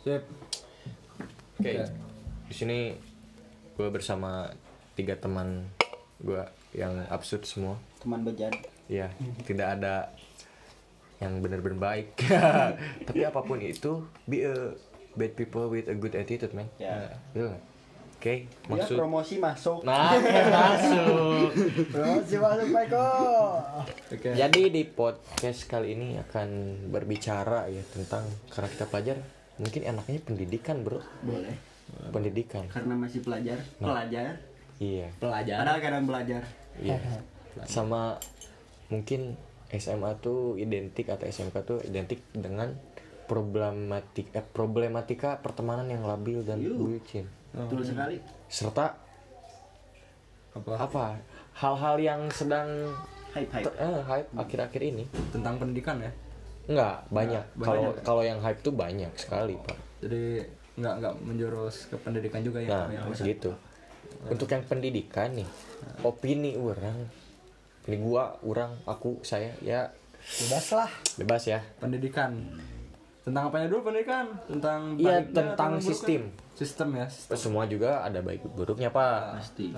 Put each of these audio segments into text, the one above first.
Sip. Oke. Di sini gue bersama 3 teman gue yang absurd semua. Teman bejat. Ya, tidak ada yang benar-benar baik. Tapi apapun itu, be a bad people with a good attitude, man. Ya. Betul nggak? Oke, Ya, maksud. promosi masuk. Nah, masuk. Promosi masuk, Paiko. Oke. Jadi di podcast kali ini akan berbicara ya tentang karena kita pelajar, mungkin enaknya pendidikan, bro. Boleh. Pendidikan. Karena masih pelajar. Pelajar. Iya. Pelajar. Padahal kadang belajar. Iya. Sama mungkin SMA tuh identik atau SMK tuh identik dengan problematika pertemanan yang labil dan bucin. Betul sekali. Serta Apa? hal-hal yang sedang Hype. hype akhir-akhir ini. Tentang pendidikan ya. Enggak, banyak. banyak. Kalau yang hype tuh banyak sekali, Pak. Jadi nggak menjurus ke pendidikan juga ya. Nah, gitu. Untuk yang pendidikan nih, opini orang, ini aku, saya, ya bebas ya. Pendidikan. Tentang apanya dulu pendidikan? Tentang Iya, baiknya tentang atau buruknya? sistem. Sistem ya. Sistem. Semua juga ada baik buruknya, Pak. Pasti.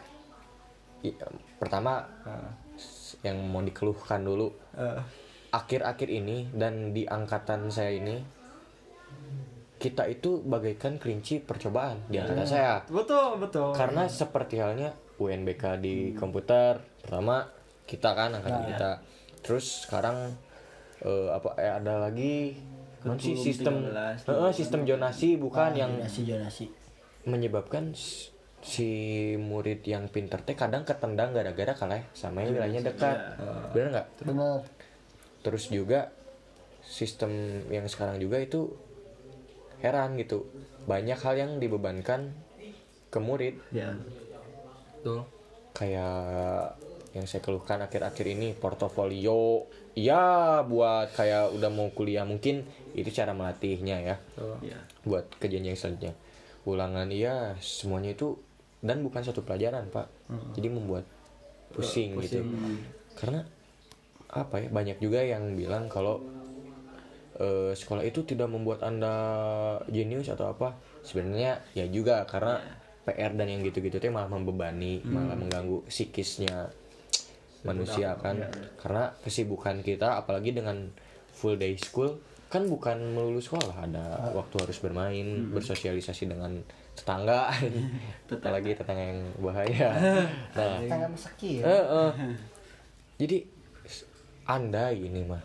Pertama, yang mau dikeluhkan dulu, akhir-akhir ini dan di angkatan saya ini, kita itu bagaikan kelinci percobaan di angkatan saya. Betul. Karena seperti halnya UNBK di komputer, pertama kita kan angkatan kita. Terus sekarang ada lagi sistem 13, sistem zonasi bukan yang Jonasi. menyebabkan si murid yang pinter teh kadang ketendang gara-gara kalah sama yang wilayahnya dekat. Bener nggak? Benar. Terus juga sistem yang sekarang juga itu heran gitu, banyak hal yang dibebankan ke murid. Ya. Betul. Kayak yang saya keluhkan akhir-akhir ini, portofolio ya buat kayak udah mau kuliah, mungkin itu cara melatihnya ya. Ya. Buat kejadian selanjutnya, ulangan iya, semuanya itu, dan bukan satu pelajaran, Pak. Jadi membuat pusing gitu. Karena apa ya, banyak juga yang bilang kalau sekolah itu tidak membuat Anda jenius atau apa. Sebenarnya ya juga karena PR dan yang gitu-gitu tuh malah membebani, malah mengganggu psikisnya manusia kan. Karena kesibukan kita apalagi dengan full day school kan bukan melulu sekolah, ada waktu harus bermain, bersosialisasi dengan tetangga. Apalagi tetangga yang bahaya. Nah, Tangga mesaki ya. jadi Anda ini mah,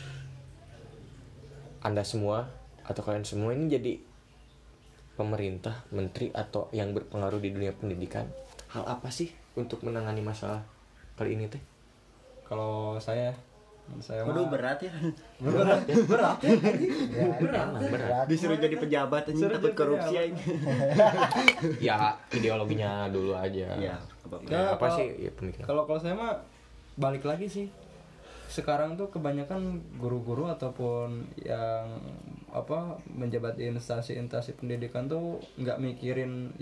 Anda semua atau kalian semua ini jadi pemerintah, menteri atau yang berpengaruh di dunia pendidikan, hal apa sih untuk menangani masalah kali ini teh? Kalau saya Waduh, berat ya. berat ya. Berat. Disuruh jadi pejabat ini Suruh takut jadi korupsi pejabat. aja. Ya ideologinya dulu aja. Ya, Ya, Apa kalau- sih ya pemikiran? Kalau saya mah balik lagi sih. Sekarang tuh kebanyakan guru-guru ataupun yang menjabat di instansi pendidikan tuh nggak mikirin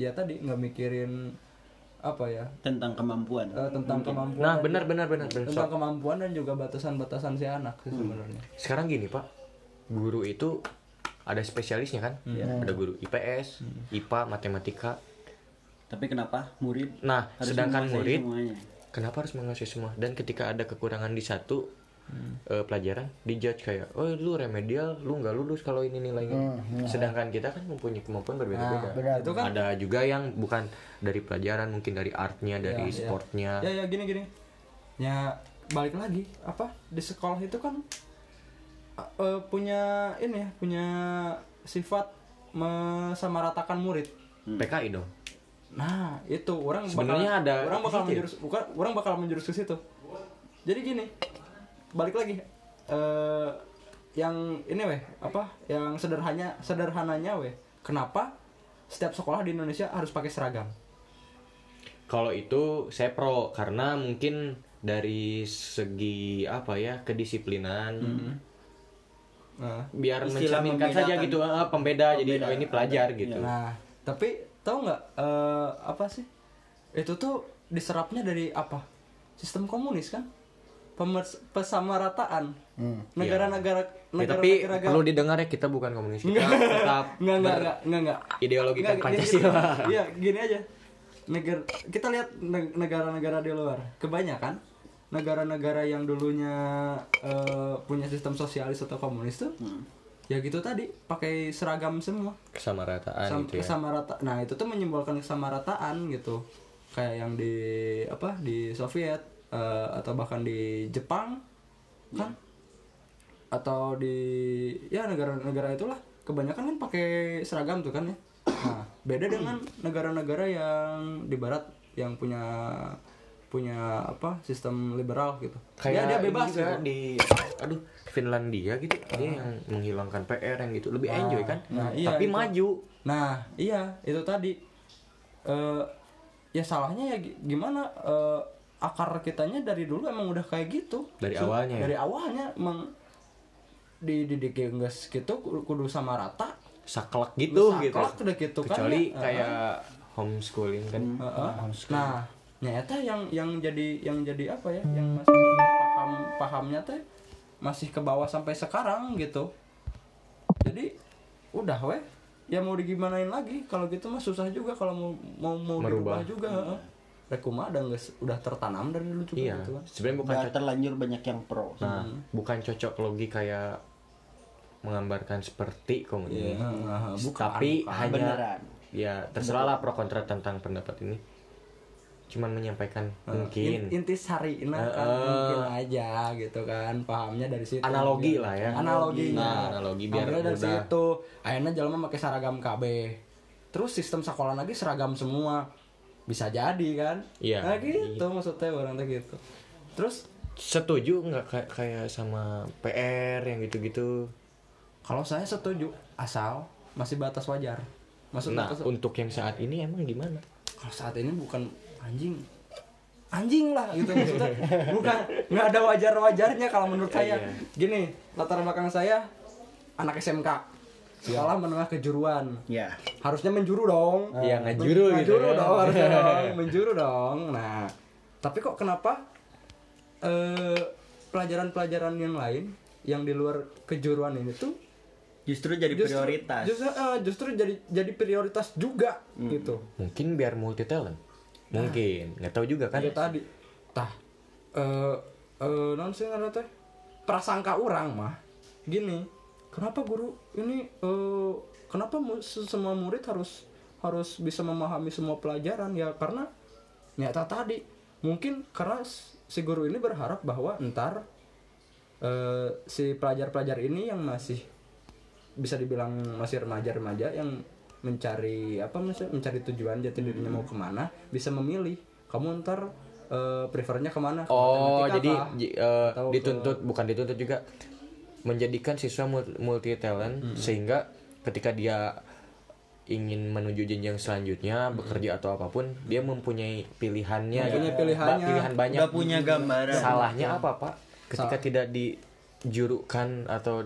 tentang kemampuan. tentang kemampuan. Nah, benar. Tentang kemampuan dan juga batasan-batasan si anak sih sebenarnya. Sekarang gini, Pak. Guru itu ada spesialisnya kan? Ada guru IPS, IPA, matematika. Tapi kenapa murid Nah, harus sedangkan menguasai murid semuanya? kenapa harus menguasai semua? Dan ketika ada kekurangan di satu pelajaran, dijudge kayak, oh lu remedial, lu nggak lulus kalau ini nilainya. Sedangkan kita kan mempunyai kemampuan berbeda-beda. Itu kan Ada juga yang bukan dari pelajaran, mungkin dari artnya, dari sportnya. ya gini. Ya balik lagi di sekolah itu kan punya sifat mensamaratakan murid. PKI dong. Nah, itu orang Sebenarnya orang bakal menjurus ke situ. Jadi gini, balik lagi yang ini yang sederhananya kenapa setiap sekolah di Indonesia harus pakai seragam? Kalau itu saya pro karena mungkin dari segi kedisiplinan. Nah, Biar Istilah mencerminkan saja membedakan. gitu, pembeda. Jadi oh ini pelajar gitu. nah, tapi tahu nggak apa sih? Itu tuh diserapnya dari apa? Sistem komunis kan? pesamarataan. Negara-negara Ya, tapi perlu didengar ya, kita bukan komunis, kita tetap enggak. ideologi Nggak, Pancasila. Iya, gini aja. Kita lihat negara-negara di luar. Kebanyakan negara-negara yang dulunya punya sistem sosialis atau komunis tuh ya gitu tadi, pakai seragam semua. Kesamarataan gitu ya. Kesamarata. Nah, itu tuh menyimbolkan kesamarataan gitu. Kayak yang di Soviet atau bahkan di Jepang kan, atau di ya negara-negara itulah kebanyakan kan pakai seragam tuh kan ya. Nah, beda dengan negara-negara yang di barat yang punya sistem liberal gitu. Kayak dia bebas juga gitu. di Finlandia gitu, dia yang menghilangkan PR yang gitu, lebih enjoy kan. Iya, tapi itu. maju. Nah, iya itu tadi. Ya salahnya ya gimana, akar kitanya dari dulu emang udah kayak gitu. Dari awalnya. Dari awalnya emang dididik geus gitu kudu sama rata. Saklek gitu. Saklek udah gitu kan. Kecuali ya. kayak homeschooling kan. Nah, nyata yang jadi apa ya? Yang masih pahamnya teh masih ke bawah sampai sekarang gitu. Jadi udah weh, ya mau digimanain lagi, kalau gitu mah susah juga kalau mau Merubah. dirubah juga. Rekumah udah tertanam dari dulu juga Iya. gitu kan. Sebenarnya bukan Udah terlanjur banyak yang pro. Nah, bukan cocok logi kayak menggambarkan seperti komunis. Bukan, Tapi bukan. hanya Beneran. ya terserah lah pro kontra tentang pendapat ini. Cuman menyampaikan mungkin Intisarina kan mungkin aja gitu kan, pahamnya dari situ. analogi lah ya. Analoginya. Nah, analogi biar Ambilnya dari mudah. situ. Akhirnya jelema pakai seragam KB. Terus sistem sekolah lagi seragam semua. Bisa jadi kan? Iya. Nah gitu maksudnya orang tuh gitu. Terus Setuju nggak kayak sama PR yang gitu-gitu? kalau saya setuju asal masih batas wajar. Maksudnya Nah, untuk yang saat ini emang gimana? kalau saat ini bukan anjing lah gitu maksudnya. Bukan, nggak ada wajarnya kalau menurut saya. Iya. Gini, latar belakang saya anak SMK. Sekolah menengah kejuruan. Ya. Harusnya menjuru dong. Iya, ngajuru gitu Ngajuru ya. dong, harusnya dong. Menjuru dong. Nah, tapi kok kenapa pelajaran-pelajaran yang lain yang di luar kejuruan ini tuh Justru jadi prioritas. Justru jadi prioritas juga gitu. Mungkin biar multi talent. Mungkin, nggak tahu juga kan. Itu tadi. Tah non sih ada teh prasangka orang mah gini, kenapa guru ini kenapa semua murid harus bisa memahami semua pelajaran ya, karena nyata tadi mungkin karena si guru ini berharap bahwa ntar si pelajar-pelajar ini yang masih bisa dibilang masih remaja-remaja yang mencari tujuan jati dirinya mau kemana, bisa memilih kamu ntar prefernya kemana. Oh, Matematika jadi kah? Atau bukan dituntut juga, menjadikan siswa multi talent sehingga ketika dia ingin menuju jenjang selanjutnya bekerja atau apapun, dia mempunyai pilihannya. Mempunyai pilihannya. Pilihan banyak. Udah punya gambaran. Salahnya apa, Pak? Ketika tidak dijurukan atau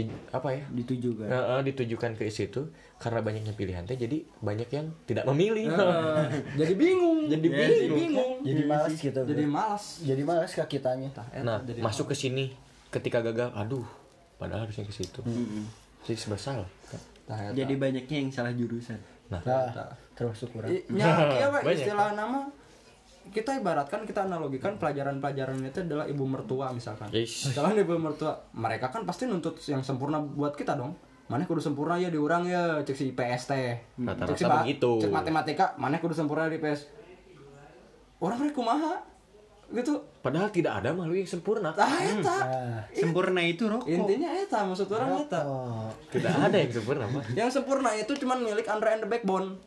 ditujukan ke situ, karena banyaknya pilihan teh jadi banyak yang tidak memilih. jadi bingung. Jadi bingung. Jadi malas gitu. Jadi malas ke kitanya. Nah, masuk ke sini ketika gagal, aduh, padahal harusnya ke situ. Jadi serba salah. Jadi banyaknya yang salah jurusan. Nah, termasuk kurang. Iya, Pak, Banyak. istilah nama kita ibaratkan, kita analogikan pelajaran-pelajaran itu adalah ibu mertua misalkan. Yes. Misalkan ibu mertua, mereka kan pasti nuntut yang sempurna buat kita dong. Mana kudu sempurna ya diurang ya, cek si IPS teh. Rata-rata Cek si begitu. Cek matematika, mana kudu sempurna di IPS. Orang rek kumaha gitu. Padahal tidak ada makhluk yang sempurna. Eta. Sempurna itu rokok. Intinya eta, maksud orang eta. Oh, Tidak ada yang sempurna, Pak. Yang sempurna itu cuman milik Andre and the Backbone.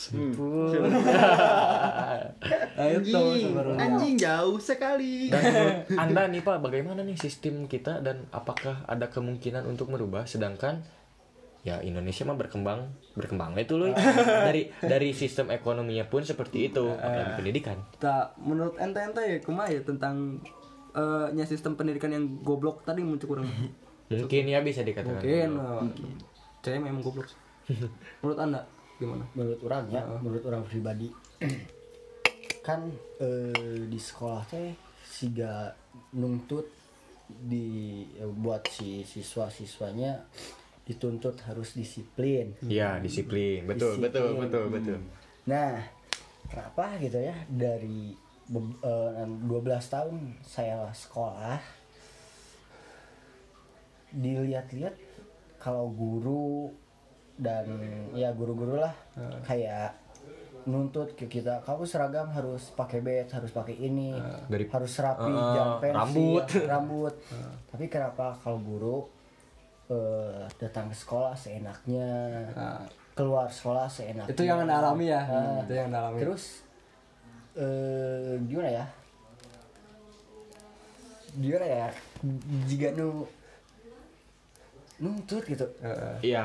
Anjing jauh sekali. Dan menurut Anda nih, Pak, bagaimana nih sistem kita dan apakah ada kemungkinan untuk merubah, sedangkan ya Indonesia mah berkembang itu loh. Dari sistem ekonominya pun seperti itu, apalagi pendidikan. Tak, menurut ente ya kumaha ya tentang nya sistem pendidikan yang goblok tadi muncul kurang. Mungkin ya bisa dikatakan. Mungkin. Saya memang goblok. Menurut Anda gimana? menurut orang ya, menurut orang pribadi kan di sekolah teh siga nuntut buat si siswa-siswanya dituntut harus disiplin. Iya, disiplin. Betul. Nah, kenapa gitu ya, dari 12 tahun saya sekolah, dilihat-lihat kalau guru dan ya guru-guru lah kayak nuntut ke kita, kamu seragam harus pakai badge, harus pakai ini, harus rapi, jangan pensil, rambut. Tapi kenapa kalau guru datang ke sekolah seenaknya, keluar sekolah seenaknya? Itu yang Anda alami ya. Itu yang Anda alami. Terus gimana ya? Jika nuntut gitu. Iya.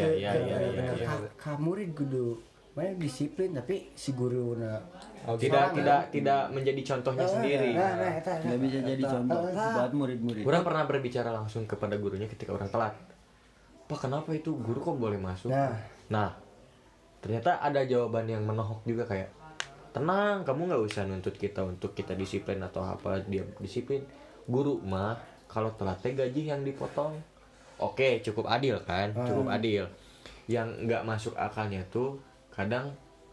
Ka murid kudu mana disiplin, tapi si guru tidak menjadi contohnya sendiri. Nah, Nggak bisa jadi contoh buat murid-murid. Orang pernah berbicara langsung kepada gurunya ketika orang telat. Pak, kenapa itu guru kok boleh masuk? Nah, ternyata ada jawaban yang menohok juga, kayak tenang, kamu nggak usah nuntut kita untuk kita disiplin atau apa, dia disiplin. Guru mah kalau telat gaji yang dipotong. Oke, cukup adil kan? Cukup adil. Yang nggak masuk akalnya tuh kadang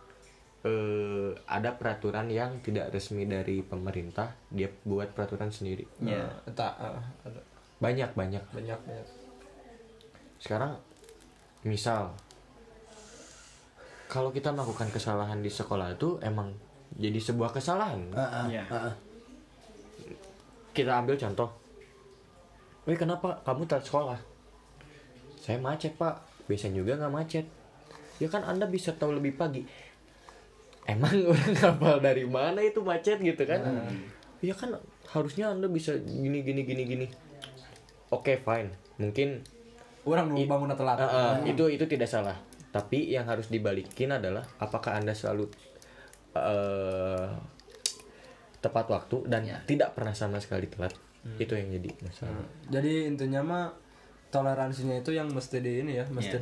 ada peraturan yang tidak resmi dari pemerintah, dia buat peraturan sendiri. Banyak. Sekarang misal kalau kita melakukan kesalahan di sekolah itu emang jadi sebuah kesalahan. Kita ambil contoh, kenapa kamu telat sekolah? Saya macet, Pak. Biasanya juga nggak macet. Ya kan Anda bisa tahu lebih pagi. Emang orang hafal dari mana itu macet gitu kan? Ya kan harusnya Anda bisa gini. Oke, fine. Mungkin orang bangun telat. Itu tidak salah. Tapi yang harus dibalikin adalah apakah Anda selalu tepat waktu dan tidak pernah sama sekali telat. Itu yang jadi masalah. Jadi intinya mah toleransinya itu yang mesti di ini ya, mesti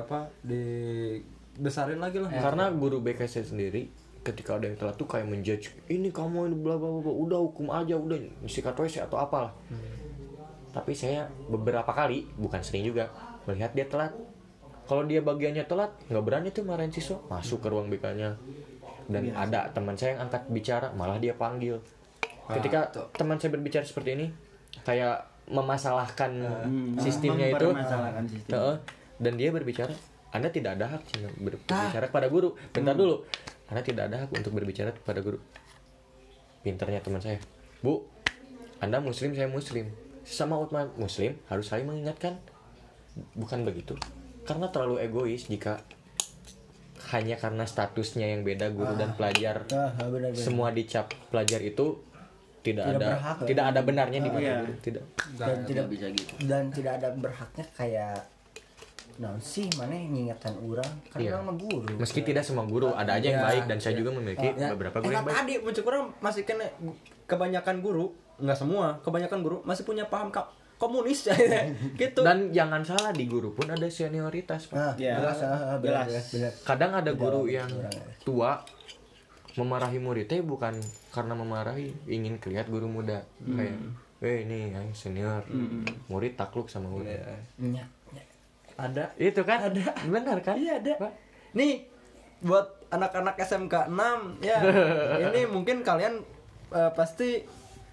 dibesarin lagi lah. Karena guru BK saya sendiri ketika ada yang telat tuh kayak menjudge, ini kamu ini bla bla bla, udah hukum aja, udah sikat WC atau apalah. Tapi saya beberapa kali, bukan sering juga, melihat dia telat. Kalau dia bagiannya telat, nggak berani tuh marahin siswa, masuk ke ruang BK-nya. Dan ada teman saya yang angkat bicara, malah dia panggil. Ketika teman saya berbicara seperti ini, kayak memasalahkan sistemnya itu, dan dia berbicara, Anda tidak ada hak berbicara kepada guru. Bentar dulu, Anda tidak ada hak untuk berbicara kepada guru. Pinternya teman saya, Bu, Anda muslim, saya muslim, sesama umat muslim harus saling mengingatkan. Bukan begitu, karena terlalu egois jika hanya karena statusnya yang beda, guru dan pelajar, semua dicap pelajar itu tidak ada benarnya di mata guru. Tidak bisa gitu. Dan tidak ada berhaknya kayak sih mana ngingetan orang karena sama guru. Meski tidak semua guru, ada aja yang baik, dan saya juga memiliki beberapa guru yang baik. Tadi muncul orang masih kena kebanyakan guru, nggak semua, kebanyakan guru masih punya paham komunis ya gitu. Dan jangan salah, di guru pun ada senioritas, Pak. Benar. Kadang ada guru yang tua memarahi muridnya bukan karena memarahi, ingin kelihatan guru muda. Kayak, ini yang senior, murid takluk sama guru. Ada. Itu kan? Ada. Benar kan? Iya ada. Nih buat anak-anak SMK 6 ya. Ini mungkin kalian pasti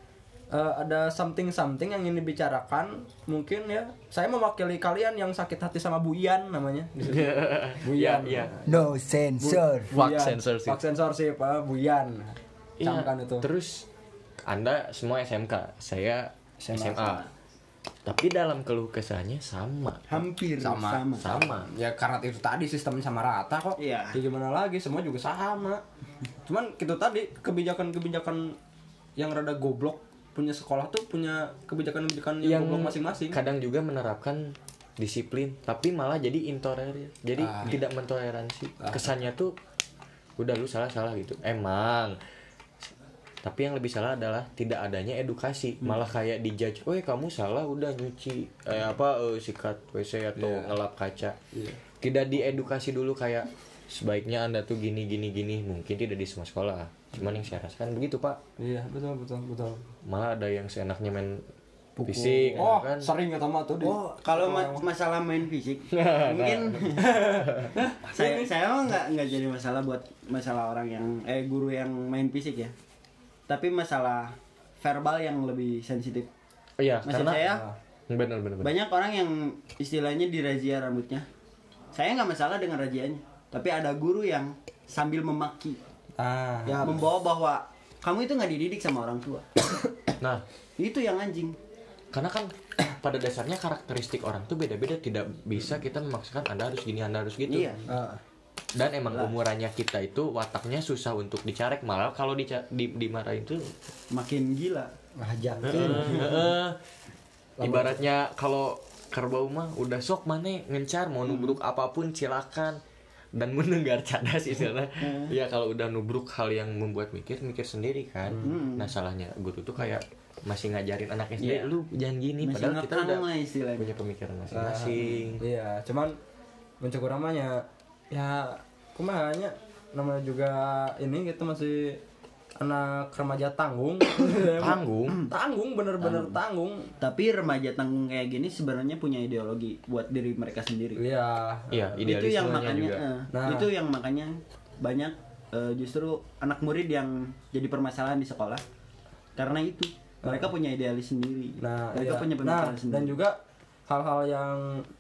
ada something yang ingin dibicarakan. Mungkin ya, saya mewakili kalian yang sakit hati sama Bu Ian namanya. Bu Ian. Iya. No sensor. Fuck censorship. Fuck censorship, Bu Ian. Camkan itu. Terus Anda semua SMK, saya SMA. Tapi dalam keluh kesahnya sama. Hampir Sama. Ya karena itu tadi sistemnya sama rata kok. Iya. Ya gimana lagi, semua juga sama. Cuman itu tadi kebijakan-kebijakan yang rada goblok, punya sekolah tuh punya kebijakan-kebijakan yang goblok masing-masing. Kadang juga menerapkan disiplin, tapi malah jadi intoleran. Jadi tidak mentoleransi. Kesannya tuh udah lu salah gitu. Emang. Tapi yang lebih salah adalah tidak adanya edukasi. Malah kayak dijudge, kamu salah udah nyuci sikat WC atau ngelap kaca. Tidak diedukasi dulu kayak sebaiknya Anda tuh gini. Mungkin tidak di semua sekolah, cuman yang saya rasakan begitu Pak. Iya, betul. Malah ada yang seenaknya main fisik Oh, kan. sering ketemu tuh di. Oh, kalau masalah main fisik, mungkin saya mah nggak jadi masalah buat masalah orang yang guru yang main fisik ya. Tapi masalah verbal yang lebih sensitif. Iya, Maksud karena saya benar. banyak orang yang istilahnya dirazia rambutnya. Saya nggak masalah dengan razianya, tapi ada guru yang sambil memaki, Ya, membawa bahwa kamu itu nggak dididik sama orang tua. nah, Itu yang anjing. karena kan pada dasarnya karakteristik orang tuh beda-beda, tidak bisa kita memaksakan Anda harus gini, Anda harus gitu. Iya. Dan emang umurannya kita itu wataknya susah untuk dicarek, malah kalau dimarahin tuh Makin gila. ngajakin ibaratnya kalau kerbau mah udah sok mana ngencar mau nubruk apapun silakan dan mendengar cadas istilahnya. Ya kalau udah nubruk hal yang membuat mikir sendiri kan. Nah salahnya guru tuh kayak masih ngajarin anaknya sendiri, lu jangan gini, Masih padahal kita ngekang udah lah istilahnya. punya pemikiran masing-masing. Iya, cuman mencukur namanya ya kumanya namanya juga ini kita masih anak remaja tanggung. Tanggung bener-bener tanggung. Tapi remaja tanggung kayak gini sebenarnya punya ideologi buat diri mereka sendiri. Iya. Iya, Itu yang idealismenya makanya juga. Nah. itu yang makanya banyak justru anak murid yang jadi permasalahan di sekolah karena itu mereka punya idealis sendiri. Nah, mereka iya. punya pemikiran sendiri. Dan juga hal-hal yang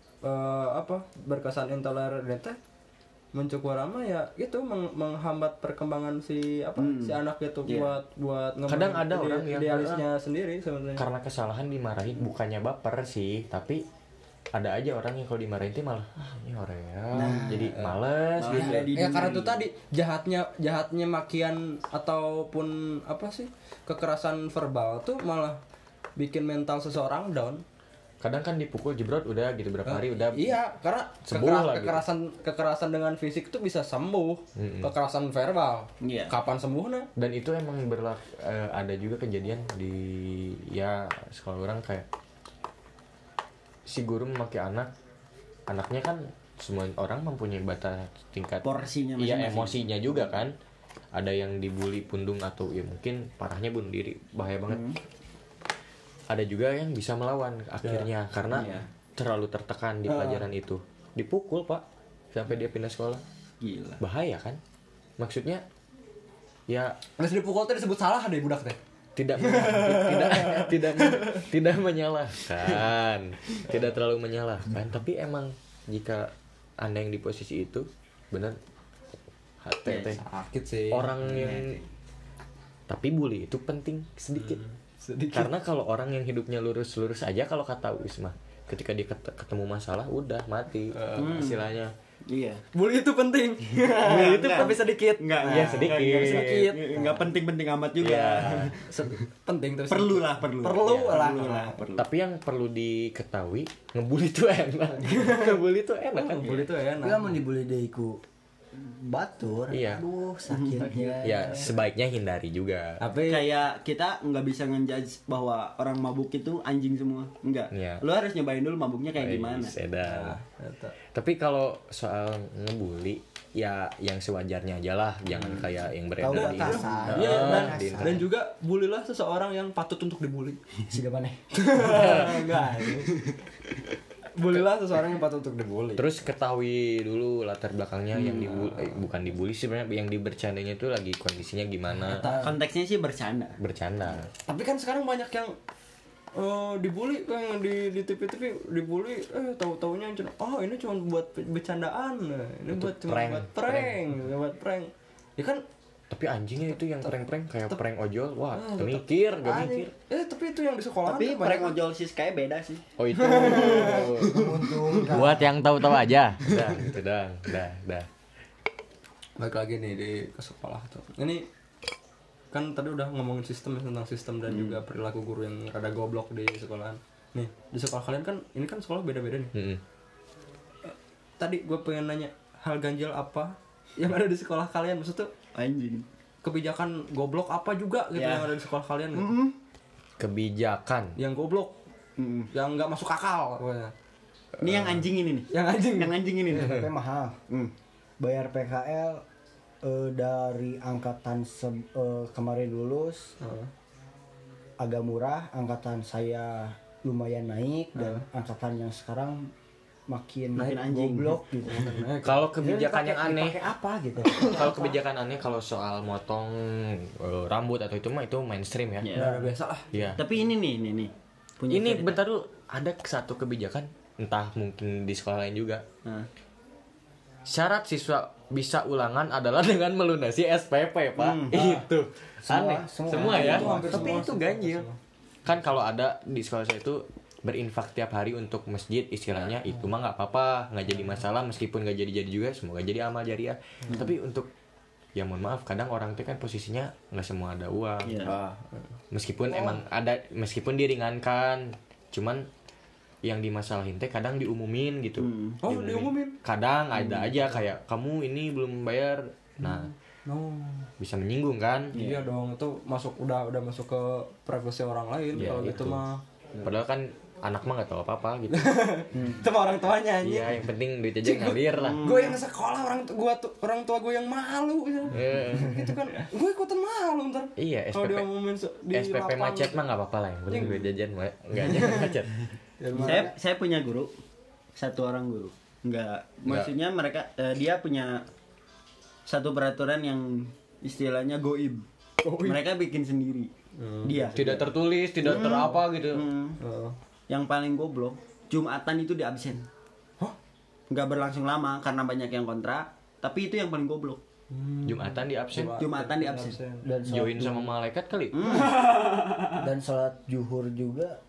berkesan intoleran itu mencukur ama ya itu menghambat perkembangan si anak itu buat Kadang ada orang yang idealisnya sendiri sebenarnya. Karena kesalahan dimarahin bukannya baper sih, tapi ada aja orang yang kalau dimarahin tuh malah ini Korea jadi males malah gitu. jadi Ya karena itu tadi jahatnya makian ataupun apa sih kekerasan verbal tuh malah bikin mental seseorang down. Kadang kan dipukul jebrot udah gitu berapa hari udah. Iya, karena sembuh lah gitu. kekerasan dengan fisik itu bisa sembuh. Kekerasan verbal. Iya. Kapan sembuhnya? Dan itu emang ada juga kejadian di ya sekolah orang kayak si guru memakai anaknya kan semua orang mempunyai batas tingkat porsinya iya masing-masing. emosinya juga kan. Ada yang dibully pundung atau ya mungkin parahnya bunuh diri, bahaya banget. Ada juga yang bisa melawan akhirnya karena terlalu tertekan di pelajaran itu. Dipukul, Pak, sampai dia pindah sekolah. Gila. Bahaya kan? Maksudnya ya Terus dipukul tuh disebut salah deh budak teh. tidak menyalahkan. Tidak terlalu menyalahkan, tapi emang jika Anda yang di posisi itu benar hati Sakit sih. orang yang tapi bully itu penting sedikit. Karena kalau orang yang hidupnya lurus-lurus aja kalau kata Wisma ketika dia ketemu masalah udah mati istilahnya. Iya. Bully itu penting. Bully itu tapi sedikit. Enggak. Iya, sedikit. Enggak penting-penting amat juga. Penting terus. Perlu lah. Tapi yang perlu diketahui ngebully itu enak. Ngebully itu enak kan. Bully itu enak. Dia mau dibully deh ku batur. Iya. Aduh sakitnya. Ya sebaiknya hindari juga. Tapi Kayak kita nggak bisa ngejudge bahwa orang mabuk itu anjing semua. Enggak. Iya. Lu harus nyobain dulu mabuknya kayak gimana. Sedan. Tapi kalau soal ngebully ya yang sewajarnya aja lah, jangan kayak yang beredar Tahu di kasar. Iya, di dan juga bulilah seseorang yang patut untuk dibully. Sudah mana? Enggak. Bulilah seseorang yang patut untuk dibully. Terus ketahui dulu latar belakangnya yang bukan dibully sebenarnya yang dibercandanya itu lagi kondisinya gimana. Konteksnya sih bercanda. Bercanda. Tapi kan sekarang banyak yang dibully yang di TV dibully tahu-taunya cuma ini cuma buat bercandaan. Ini buat prank. Ya kan Tapi anjingnya itu yang prank-prank kayak prank ojol. Wah, mikir, gak mikir. tapi itu yang di sekolah. Tapi prank ojol sih kayak beda sih. Oh itu. Menguntungkan. Buat yang tahu-tahu aja. Udah, gitu dah. Balik lagi nih di ke sekolah tuh. Ini kan tadi udah ngomongin tentang sistem dan juga perilaku guru yang rada goblok di sekolahan. Nih, di sekolah kalian kan ini kan sekolah beda-beda nih. Tadi gue pengen nanya hal ganjil apa yang ada di sekolah kalian, maksud tuh Anjing. kebijakan goblok apa juga gitu yang ada di sekolah kalian gitu. Kebijakan. Yang goblok, yang nggak masuk akal pokoknya. Ini yang anjing ini nih. Yang anjing Yang anjing ini nih. Tapi mahal. bayar PKL dari angkatan kemarin lulus agak murah, angkatan saya lumayan naik dan angkatan yang sekarang makin anjing. goblok gitu. Kalau kebijakan yang aneh, Pakai apa gitu? kalau kebijakan aneh kalau soal motong rambut atau itu mah itu mainstream ya. Ya. Udah biasa lah. Iya. Tapi ini punya Ini cerita. bentar dulu, ada satu kebijakan entah mungkin di sekolah lain juga. Nah, Syarat siswa bisa ulangan adalah dengan melunasi SPP, Pak. Itu aneh. Semua ya. Itu hampir Tapi semua itu sih, ganjil. semua. Kan kalau ada di sekolah saya itu berinfak tiap hari untuk masjid istilahnya itu mah nggak apa-apa, nggak jadi masalah meskipun nggak jadi juga, semoga jadi amal jariah. Tapi untuk ya mohon maaf kadang orang itu kan posisinya nggak semua ada uang. iya. Meskipun emang ada, meskipun diringankan, cuman yang dimasalahin teh kadang diumumin gitu. Oh, diumumin. Kadang ada aja kayak kamu ini belum bayar. Nah, No. bisa menyinggung kan? Iya dong, itu udah masuk ke privasi orang lain Iya, kalau gitu itu. mah. Padahal kan anak mah nggak tahu apa-apa gitu. Itu mah orang tuanya anjing. Iya, yang penting duit aja ngalir lah. Gue yang sekolah orang tua gue yang malu ya. Gitu kan. Gue ikutan malu ntar. Iya, Kalau SPP. diumumin di SPP lapangan. macet mah nggak apa-apa lah, yang penting duit jajan mah nggak jangan macet. Saya punya guru, satu orang guru. Enggak, maksudnya mereka dia punya satu peraturan yang istilahnya goib. Mereka bikin sendiri. Dia. Tidak tertulis, tidak terapa gitu. Yang paling goblok, Jumatan itu di absen. Nggak berlangsung lama karena banyak yang kontra, tapi itu yang paling goblok. Jumatan di absen. Jumatan di absen. Dan Join sama malaikat kali. dan sholat zuhur juga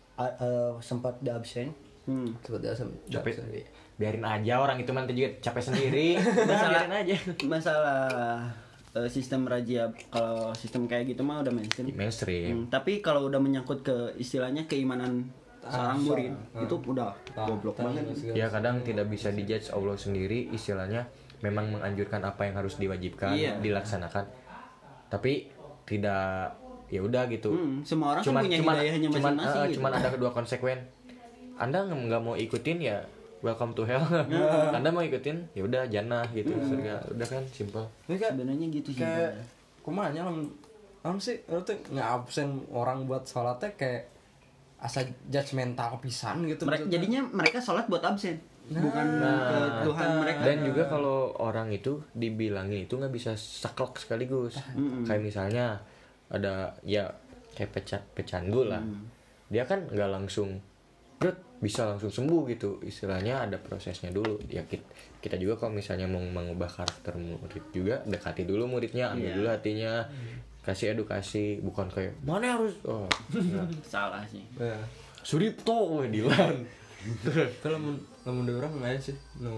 sempat di absen. Seperti asam. Capek. Biarin aja orang itu nanti juga capek sendiri. Biarin aja. Masalah sistem razia, kalau sistem kayak gitu mah udah mainstream. Mainstream. Tapi kalau udah menyangkut ke istilahnya keimanan seorang murid, itu udah goblok banget. Ya kadang tidak bisa dijudge Allah sendiri, istilahnya memang menganjurkan apa yang harus diwajibkan, Iya. dilaksanakan. Tapi tidak, ya udah gitu. Semua orang kan punya hidayahnya masing-masing gitu. Cuman ada kedua konsekuen. Anda nggak mau ikutin ya welcome to hell. Anda mau ikutin ya udah jannah gitu, surga. Udah kan simple. Ini kayak Sebenarnya gitu sih. kayak kumanya lamun sih lu tuh ngabsen orang buat sholatnya kayak asa judgmental pisan gitu. Mereka, maksudnya. jadinya mereka sholat buat absen, bukan ke Tuhan mereka. Dan juga kalau orang itu dibilangin itu nggak bisa saklek sekaligus. Kayak misalnya ada ya kayak pecandu lah. Dia kan nggak langsung bisa langsung sembuh gitu, istilahnya ada prosesnya dulu ya. Kita juga kalau misalnya mau mengubah karakter murid juga dekati dulu muridnya, ambil dulu hatinya, kasih edukasi, bukan kayak mana harus Salah sih. Ya. Suripto Dilan. Itu lamun orang nggak sih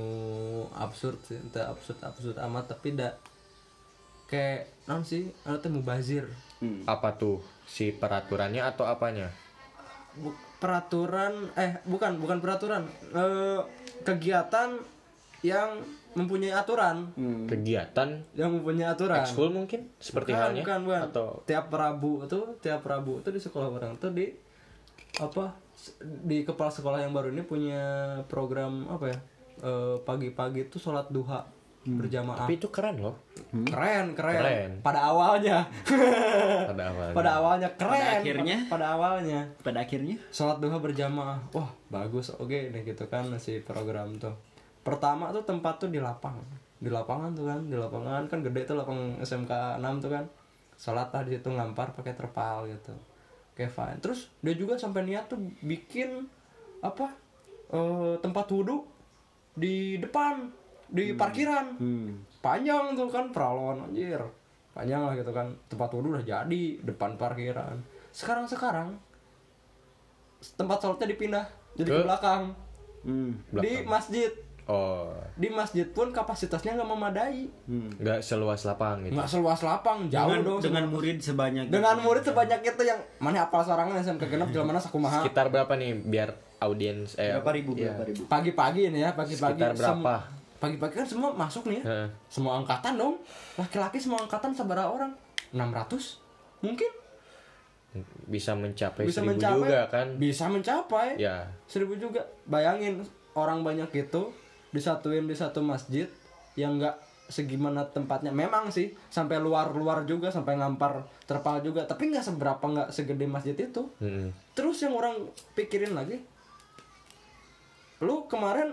absurd sih, entah absurd amat, tapi dak kayak non sih ada teh mubazir. Apa tuh si peraturannya atau apanya? Peraturan bukan peraturan, kegiatan yang mempunyai aturan. Kegiatan Yang mempunyai aturan. ekskul mungkin seperti halnya bukan. atau tiap Rabu itu di sekolah orang tuh di kepala sekolah yang baru ini punya program apa ya, pagi-pagi itu sholat duha berjamaah. tapi itu keren loh Keren. Keren. Pada awalnya. pada awalnya. keren. Pada akhirnya? Pada akhirnya sholat duha berjamaah. Wah, bagus. Oke, nih gitu kan si program tuh. Pertama tuh tempat tuh di lapangan. Di lapangan tuh kan, di lapangan kan gede tuh, lapang SMK 6 tuh kan. Sholat lah di situ, ngampar pakai terpal gitu. Oke, fine. Terus dia juga sampai niat tuh bikin tempat wudhu di depan, di parkiran. Panjang tuh kan, peralon anjir. Panjang lah gitu kan. Tempat wudhu udah jadi depan parkiran. Sekarang tempat sholatnya dipindah jadi ke belakang. Di masjid. Oh, Di masjid pun kapasitasnya nggak memadai. nggak seluas lapang gitu. Nggak seluas lapang, jauh dong. Dengan murid sebanyak Dengan murid sebanyak itu yang mana apal sorangan SMK genep jalan mana sakumaha. Sekitar berapa nih biar audiens berapa ribu. Pagi-pagi ini ya, pagi-pagi. Sekitar berapa? Pagi-pagi kan semua masuk nih ya. Heeh. Semua angkatan dong. Laki-laki semua angkatan seberapa orang? 600 mungkin. Bisa mencapai Bisa 1000 mencapai juga kan? Bisa mencapai. Ya, 1000 juga. Bayangin orang banyak itu disatuin di satu masjid, yang nggak segimana tempatnya. Memang sih sampai luar juga, sampai ngampar terpal juga, tapi nggak seberapa, nggak segede masjid itu. Terus yang orang pikirin lagi, lu kemarin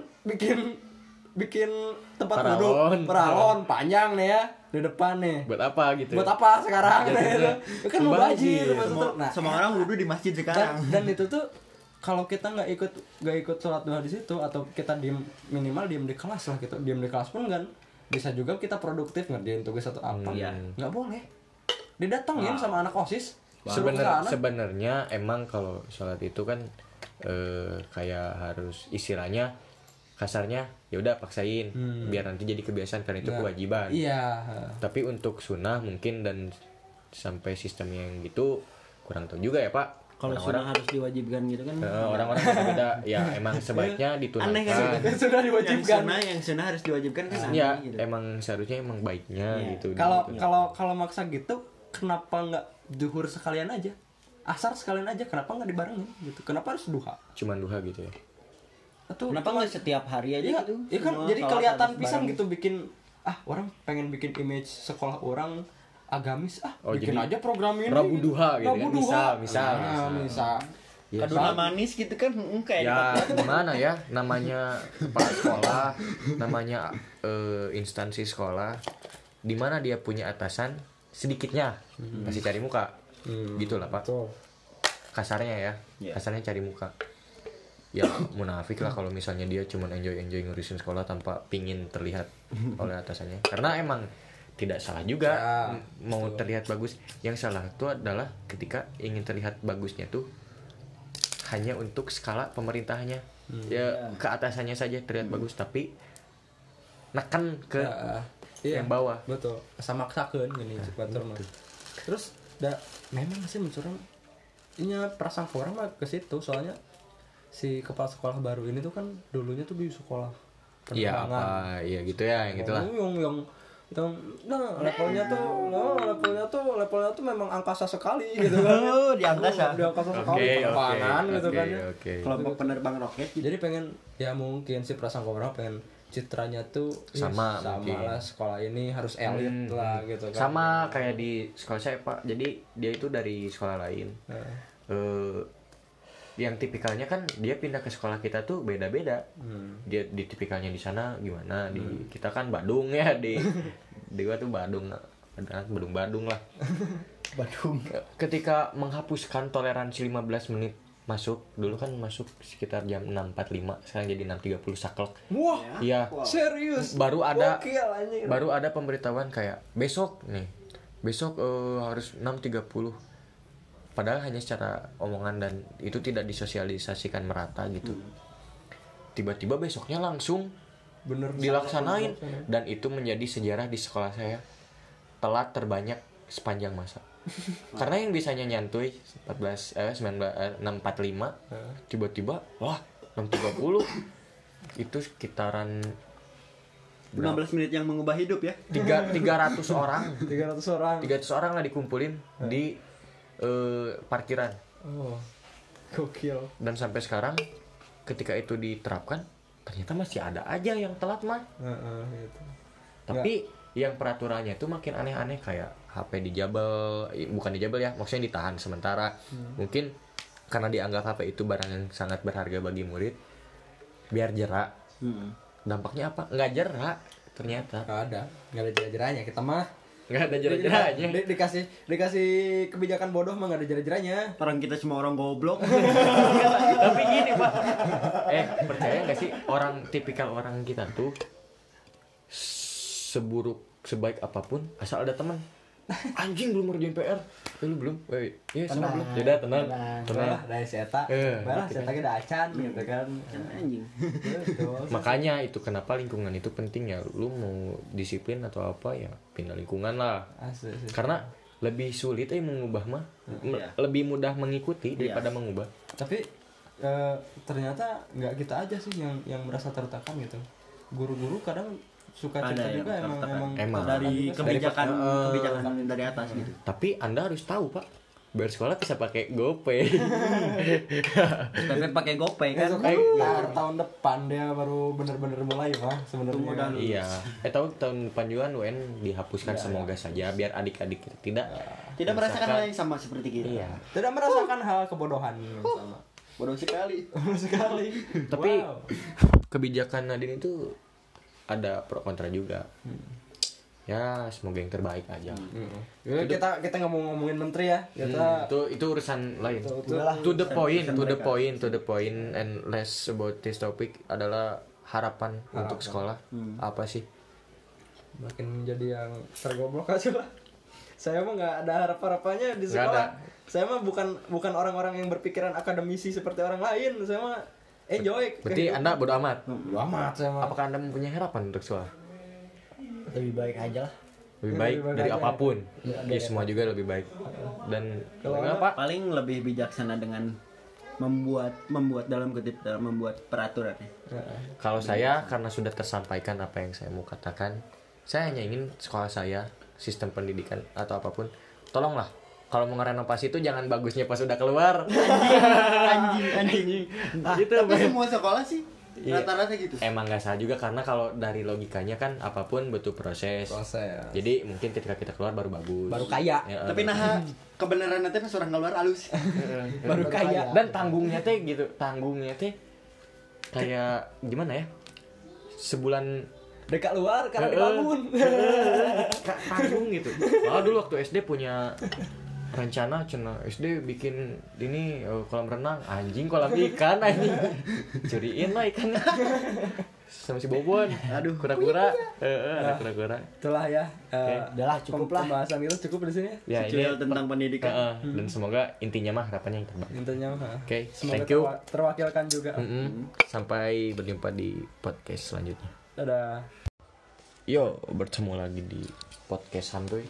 bikin tempat duduk paralon panjang nih ya di depan nih, buat apa gitu? Buat apa sekarang? Itu kan mubazir. Nah, semua orang wudhu di masjid sekarang. Dan itu tuh kalau kita nggak ikut sholat duha di situ, atau kita minimal diem di kelas lah gitu, diem di kelas pun kan bisa juga kita produktif ngerjain tugas atau apa. Nggak boleh didatengin sama anak OSIS. Sebenarnya emang kalau sholat itu kan kayak harus istilahnya kasarnya ya udah paksain biar nanti jadi kebiasaan, karena itu kewajiban. Iya. Tapi untuk sunnah mungkin dan sampai sistem yang gitu kurang tahu juga ya Pak. Kalau sunnah harus diwajibkan gitu kan. Orang-orang beda ya, emang sebaiknya ditunaikan. Aneh kan? Sudah diwajibkan. Yang sunnah harus diwajibkan kan. Ya, gitu. emang seharusnya emang baiknya gitu. Kalau maksa gitu, kenapa nggak duhur sekalian aja? Asar sekalian aja, kenapa nggak dibarengin gitu? Kenapa harus duha? Cuman duha gitu ya. Atau kenapa nggak setiap hari aja gitu? Iya kan, jadi kelihatan pisan gitu bikin orang pengen bikin image sekolah orang agamis, bikin aja program ini. Rabu duha gitu kan. Misal. Ya, kaduna manis gitu kan kayak ya gimana ya, namanya kepala sekolah, namanya instansi sekolah, di mana dia punya atasan sedikitnya masih cari muka, gitulah Pak. Kasarnya ya, kasarnya cari muka. Ya munafik lah kalau misalnya dia cuma enjoy ngurusin sekolah tanpa pingin terlihat oleh atasannya. Karena emang tidak salah juga mau terlihat bagus. Yang salah itu adalah ketika ingin terlihat bagusnya tuh hanya untuk skala pemerintahnya. Ya ke atasannya saja terlihat bagus, tapi nekan ke yang bawah. Betul. Sama maksakeun gini cepat mah. Terus memang sih mencurang ini prasangka orang mah ke situ, soalnya si kepala sekolah baru ini tuh kan dulunya tuh di sekolah penerbangan. Iya apa, iya gitu ya, yang gitulah. Levelnya tuh memang angkasa sekali gitu kan. Di angkasa. Di angkasa sekali penerbangan gitu kan. Kelompok penerbang roket gitu. Jadi pengen ya mungkin si prasangka orang pengen citranya tuh sama lah sekolah ini harus elit lah gitu kan. Sama kayak di sekolah saya Pak. Jadi dia itu dari sekolah lain. Yang tipikalnya kan dia pindah ke sekolah kita tuh beda-beda. Dia di tipikalnya di sana gimana, di kita kan Badung ya, di gua tuh Badung lah. Badung. Ketika menghapuskan toleransi 15 menit masuk, dulu kan masuk sekitar jam 6.45, sekarang jadi 6.30 saklek. Wah. Iya. Serius. Baru ada pemberitahuan kayak besok harus 6.30. Padahal hanya secara omongan dan itu tidak disosialisasikan merata gitu. Tiba-tiba besoknya langsung dilaksanain, dan itu menjadi sejarah di sekolah saya. Telat terbanyak sepanjang masa. Karena yang bisanya nyantuy 6.45 tiba-tiba 6.30. Itu sekitaran 15 menit yang mengubah hidup ya. 300 orang. 300 orang lah dikumpulin di parkiran. Gokil. Dan sampai sekarang ketika itu diterapkan ternyata masih ada aja yang telat mah. Gitu. Tapi yang peraturannya itu makin aneh-aneh, kayak HP dijabel, bukan dijabel ya, maksudnya ditahan sementara. Mungkin karena dianggap HP itu barang yang sangat berharga bagi murid, biar jerak. Dampaknya apa? Nggak jerak ternyata. Nggak ada jera-jeranya kita mah. Nggak ada jera-jeranya. Dikasih kebijakan bodoh mah nggak ada jera-jeranya. Orang kita semua orang goblok. Tapi gini Pak, percaya nggak sih tipikal orang kita tuh sebaik apapun asal ada teman. Anjing belum ngerjain PR, lu belum? Iya sama belum. Yaudah tenang. Dari seta, balah seta kita acan gitu kan. Anjing. Makanya itu kenapa lingkungan itu penting ya. Lu mau disiplin atau apa ya pindah lingkungan lah. Karena lebih sulit mengubah mah, lebih mudah mengikuti daripada mengubah. Tapi ternyata nggak kita aja sih yang merasa tertekan gitu. Guru-guru kadang suka cerita juga emang dari kebijakan dari atas gitu. Tapi Anda harus tahu Pak, biar sekolah bisa pakai GoPay. SPP pakai GoPay kan. Ntar tahun depan dia baru bener-bener mulai mah Tunggu sebenarnya. dahulu. Iya. Tahun depan juga UN dihapuskan semoga saja biar adik-adik kita Tidak merasakan hal yang sama seperti kita. Iya. Tidak merasakan hal kebodohan yang sama. Bodoh sekali. Sekali. Tapi Wow. kebijakan Nadine itu ada pro kontra juga. Ya semoga yang terbaik aja. Ya, kita nggak mau ngomongin menteri ya. Kita Itu urusan lain. Udahlah. To the point, and less about this topic adalah harapan untuk sekolah. Apa sih? makin menjadi yang tergoblok aja lah. Saya mah nggak ada harap-harapannya di Nggak sekolah. ada. Saya mah bukan orang-orang yang berpikiran akademisi seperti orang lain. Saya mah enjoy. Berarti Anda bodo amat. Bodo amat saya mah. Apakah Anda mempunyai harapan untuk sekolah? Lebih baik aja lah. Lebih baik Lebih baik dari aja. apapun. Ya semua juga lebih baik. Dan Kalau apa? Paling lebih bijaksana dengan membuat dalam peraturan. Kalau saya karena sudah tersampaikan apa yang saya mau katakan, saya hanya ingin sekolah saya, sistem pendidikan atau apapun, tolonglah kalau mau ngerenovasi itu jangan bagusnya pas udah keluar. Anjing. Gitu, Tapi Bang. semua sekolah sih Iya. rata-rata gitu. Emang nggak salah juga karena kalau dari logikanya kan apapun butuh proses. Jadi mungkin ketika kita keluar baru bagus. Baru kaya. Ya, Tapi nah kebenaran nanti pas orang keluar halus. Baru kaya. Dan tanggungnya teh gitu, tanggungnya teh kayak gimana ya? Sebulan Dekat luar karena dibangun. tanggung gitu. Malah dulu waktu SD punya rencana cina SD bikin ini kolam renang, anjing kolam ikan anjing. Curiin lah ikannya. Sama si Bobon. Aduh, kura-kura. Ada kura-kura. Itulah ya. Udahlah cukup lah. Pembahasan itu cukup di sini. Ya Tutorial tentang pendidikan. dan semoga intinya mah harapannya yang terbaik. Intinya mah. Oke, Semoga thank you. terwakilkan juga. Sampai berjumpa di podcast selanjutnya. Dadah. Yo, bertemu lagi di podcast santuy.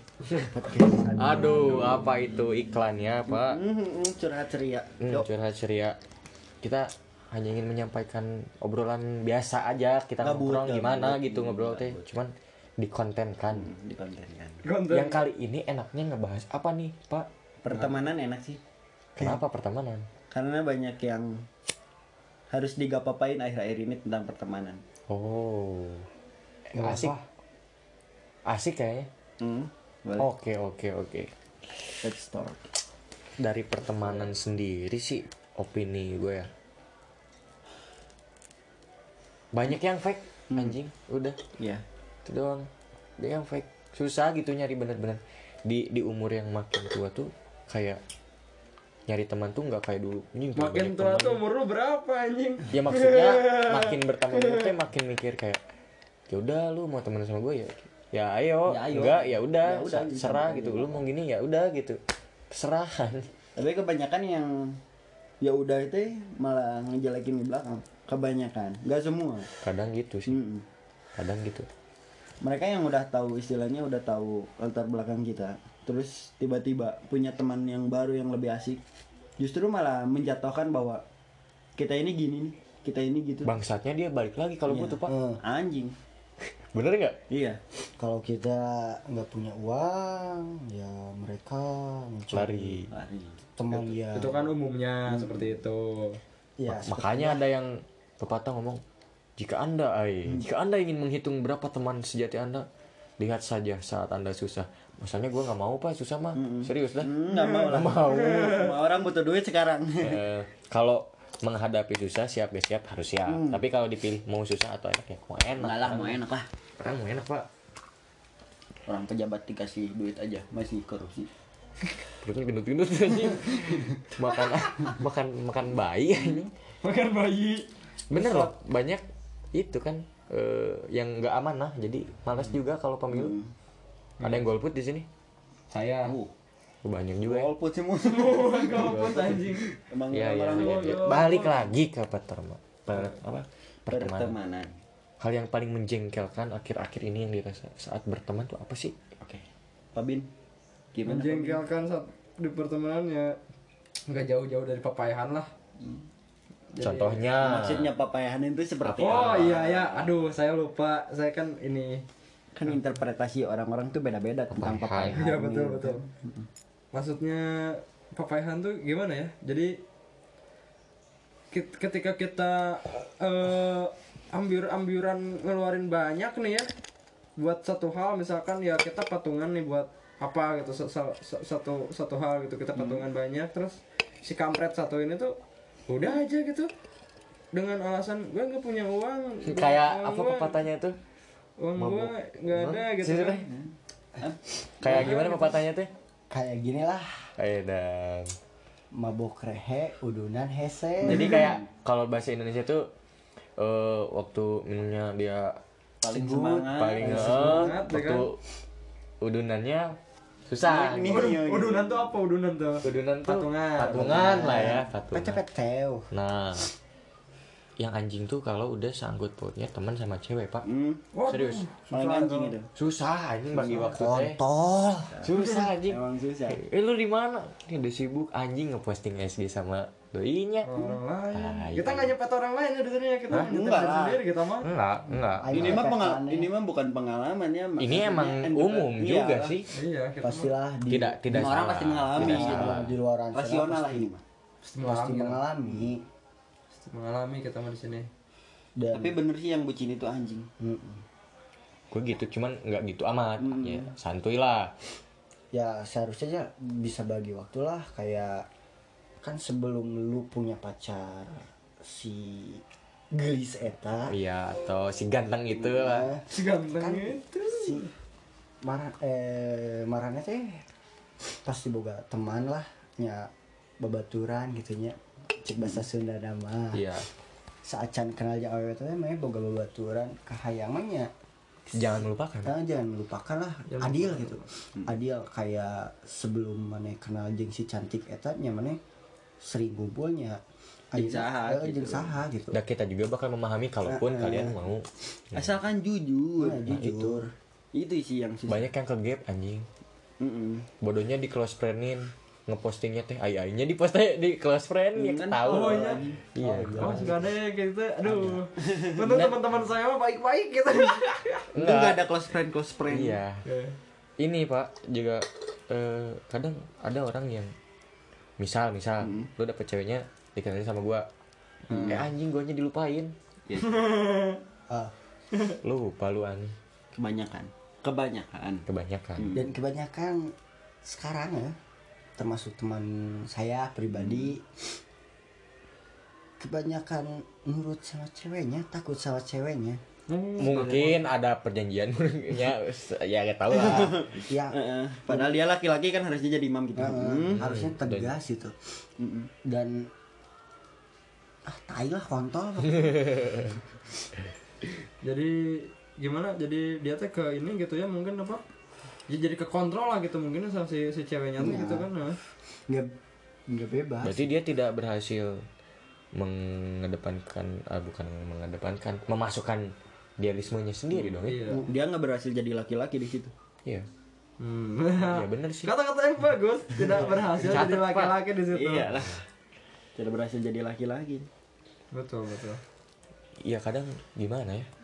Aduh, apa itu iklannya, Pak? Curhat ceria. Curhat ceria. Kita hanya ingin menyampaikan obrolan biasa aja. Kita ngobrol gimana gitu ngobrol teh. Cuman dikontenkan. Dikontenkan. Yang kali ini enaknya ngebahas apa nih, Pak? Pertemanan enak sih. Kenapa pertemanan? Karena banyak yang harus digapapain akhir-akhir ini tentang pertemanan. Oh. Asik. Asik kayaknya. Boleh. Oke. Let's start. Dari pertemanan sendiri sih opini gue ya. Banyak yang fake anjing, udah. Iya. Itu doang. Dia yang fake. Susah gitu nyari bener-bener. Di umur yang makin tua tuh kayak nyari teman tuh nggak kayak dulu. Anjing, Makin banyak tua teman. tuh umur lu berapa anjing? Ya maksudnya makin bertambah umur tuh makin mikir kayak ya udah lu mau teman sama gue ya ayo, Ya ayo. enggak ya udah Ya udah, serah gitu, lu mau gini ya udah gitu, terserah. Tapi kebanyakan yang ya udah itu malah ngejelekin di belakang. Kebanyakan, nggak semua. Kadang gitu sih, Mm-mm. kadang gitu. Mereka yang udah tahu istilahnya udah tahu latar belakang kita, terus tiba-tiba punya teman yang baru yang lebih asik, justru malah menjatuhkan bahwa kita ini gini nih, kita ini gitu. Bangsatnya dia balik lagi kalau Iya. butuh, Pak. Anjing. Bener nggak? Iya. Kalau kita nggak punya uang, ya mereka mencari Lari. teman yang Itu kan umumnya seperti itu. ya Makanya ada yang pepatah ngomong, jika anda ingin menghitung berapa teman sejati anda, lihat saja saat anda susah. Masalahnya gue nggak mau, Pak, susah mah. Serius dah. Nggak mau lah. Mau. Semua orang butuh duit sekarang. Kalau menghadapi susah siap harus siap. Tapi kalau dipilih mau susah atau enak ya mau enak. Enggak lah, mau enak lah. Orang mau enak, Pak. Orang pejabat dikasih duit aja masih korupsi. Perutnya gendut-gendut anjing. makan bayi anjing. Makan bayi. Bener loh, banyak itu kan yang nggak amanah. Jadi malas juga kalau pemilu. Ada yang golput di sini? Saya. Banyak juga. Ya. Golput semua. Golput anjing. Emang Iya. orang-orang Balik lagi ke pertemanan. pertemanan. Hal yang paling menjengkelkan akhir-akhir ini yang dirasa saat berteman tuh apa sih? Oke. Pak Bin, gimana? Pak Bin? Menjengkelkan saat di pertemanan ya nggak jauh-jauh dari papayahan lah. Contohnya. Maksudnya papayahan itu seperti Oh apa? iya ya, aduh saya lupa. Saya kan ini. Kan interpretasi orang-orang tuh beda-beda tentang Papayahan. papayahan. Iya betul. Maksudnya Papayahan tuh gimana ya? Jadi ketika kita ambil-ambilan ngeluarin banyak nih ya buat satu hal, misalkan ya kita patungan nih buat apa gitu, satu hal gitu, kita patungan banyak, terus si kampret satu ini tuh udah aja gitu dengan alasan gue nggak punya uang, Kayak uang apa gua- pepatahnya tuh? uang gue nggak ada gitu Sini, kan. Teh. Kayak gimana pepatahnya teh? Kayak gini lah, Dan mabok rehe udunan hese. jadi kayak kalau bahasa Indonesia tuh waktu minumnya dia Paling Sebut, semangat. paling semangat, ya waktu kan? udunannya susah. Ini Udunan tuh apa udunan tuh? Udunan tuh Patungan. patungan lah ya, patungan. Pecah-pecah. Nah, yang anjing tuh kalau udah sangkut pautnya teman sama cewek, Pak. Serius. Paling anjing itu. Susah anjing bagi waktu teh. Kontol. Susah anjing. Emang susah. Lu di mana? Ini udah sibuk anjing ngeposting SD sama doinya. Orang lain. Ah, Kita iya. nggak nyepet orang lain ya di sini ya, kita Hah? nyetir Enggak diri lah. sendiri kita mah. Enggak. Ini mah Pengalaman. ini mah bukan pengalaman ya. Ini maksudnya emang umum iya juga lah. sih. Iya, kita Pastilah di Tidak Semua orang salah. pasti mengalami. Tidak salah. di luar sana Rasional lah ini mah. pasti mengalami. mengalami kita mah di sini. Dan Tapi bener sih yang bucin itu anjing. Gue gitu, cuman nggak gitu amat. Hmm. Ya, santuy lah. ya seharusnya aja bisa bagi waktu lah, kayak kan sebelum lu punya pacar si gelis eta Iya, atau si ganteng itu lah. Ganteng kan itu. si marahnya teh pasti boga teman lah nya babaturan gitunya, cek bahasa Sunda nama Iya. saacan kenal jeung awewe teh mah boga babaturan kahayangannya. Jangan melupakan. Jangan melupakan lah, adil gitu. Adil kayak sebelum mana kenal jeung si cantik eta nya mana sering kumpulnya Jeung saha gitu. jeung saha gitu. Dan kita juga bakal memahami kalaupun kalian mau. Asalkan jujur. Nah, jujur. Itu sih yang susah. Banyak yang ke gap anjing. Mm-mm. Bodohnya di close friendin, ngepostingnya teh ai-ainya di post di close friend ya Kan tahu. Oh, iya. Iya. Oh, suka ada yang kayak gitu. Aduh. Untuk teman-teman saya mah baik-baik gitu. Itu enggak ada close friend. Iya. Ini Pak juga kadang ada orang yang misal lu dapet ceweknya dikenalin sama gua. Anjing guanya dilupain. Ya, Ah, Lupa lu anjing. kebanyakan. Kebanyakan. dan kebanyakan sekarang ya, termasuk teman saya pribadi, kebanyakan nurut sama ceweknya, takut sama ceweknya. Mungkin ada perjanjian ya gak tahu lah. Ya Padahal dia laki-laki kan harusnya jadi imam gitu. harusnya tegas gitu. Dan tai lah kontol. Jadi gimana? Jadi dia teh ke ini gitu ya, mungkin apa? Ya, jadi ke kontrol lah gitu mungkin sama si ceweknya tuh gitu kan. Nah. nggak bebas. Berarti dia tidak berhasil memasukkan idealismenya sendiri dong ya. Iya. Dia nggak berhasil jadi laki-laki di situ. Iya. Hmm. Iya bener sih. Kata-kata yang bagus, tidak berhasil Catat, jadi laki-laki di situ. Iyalah. Tidak berhasil jadi laki-laki. Betul. Iya kadang gimana ya?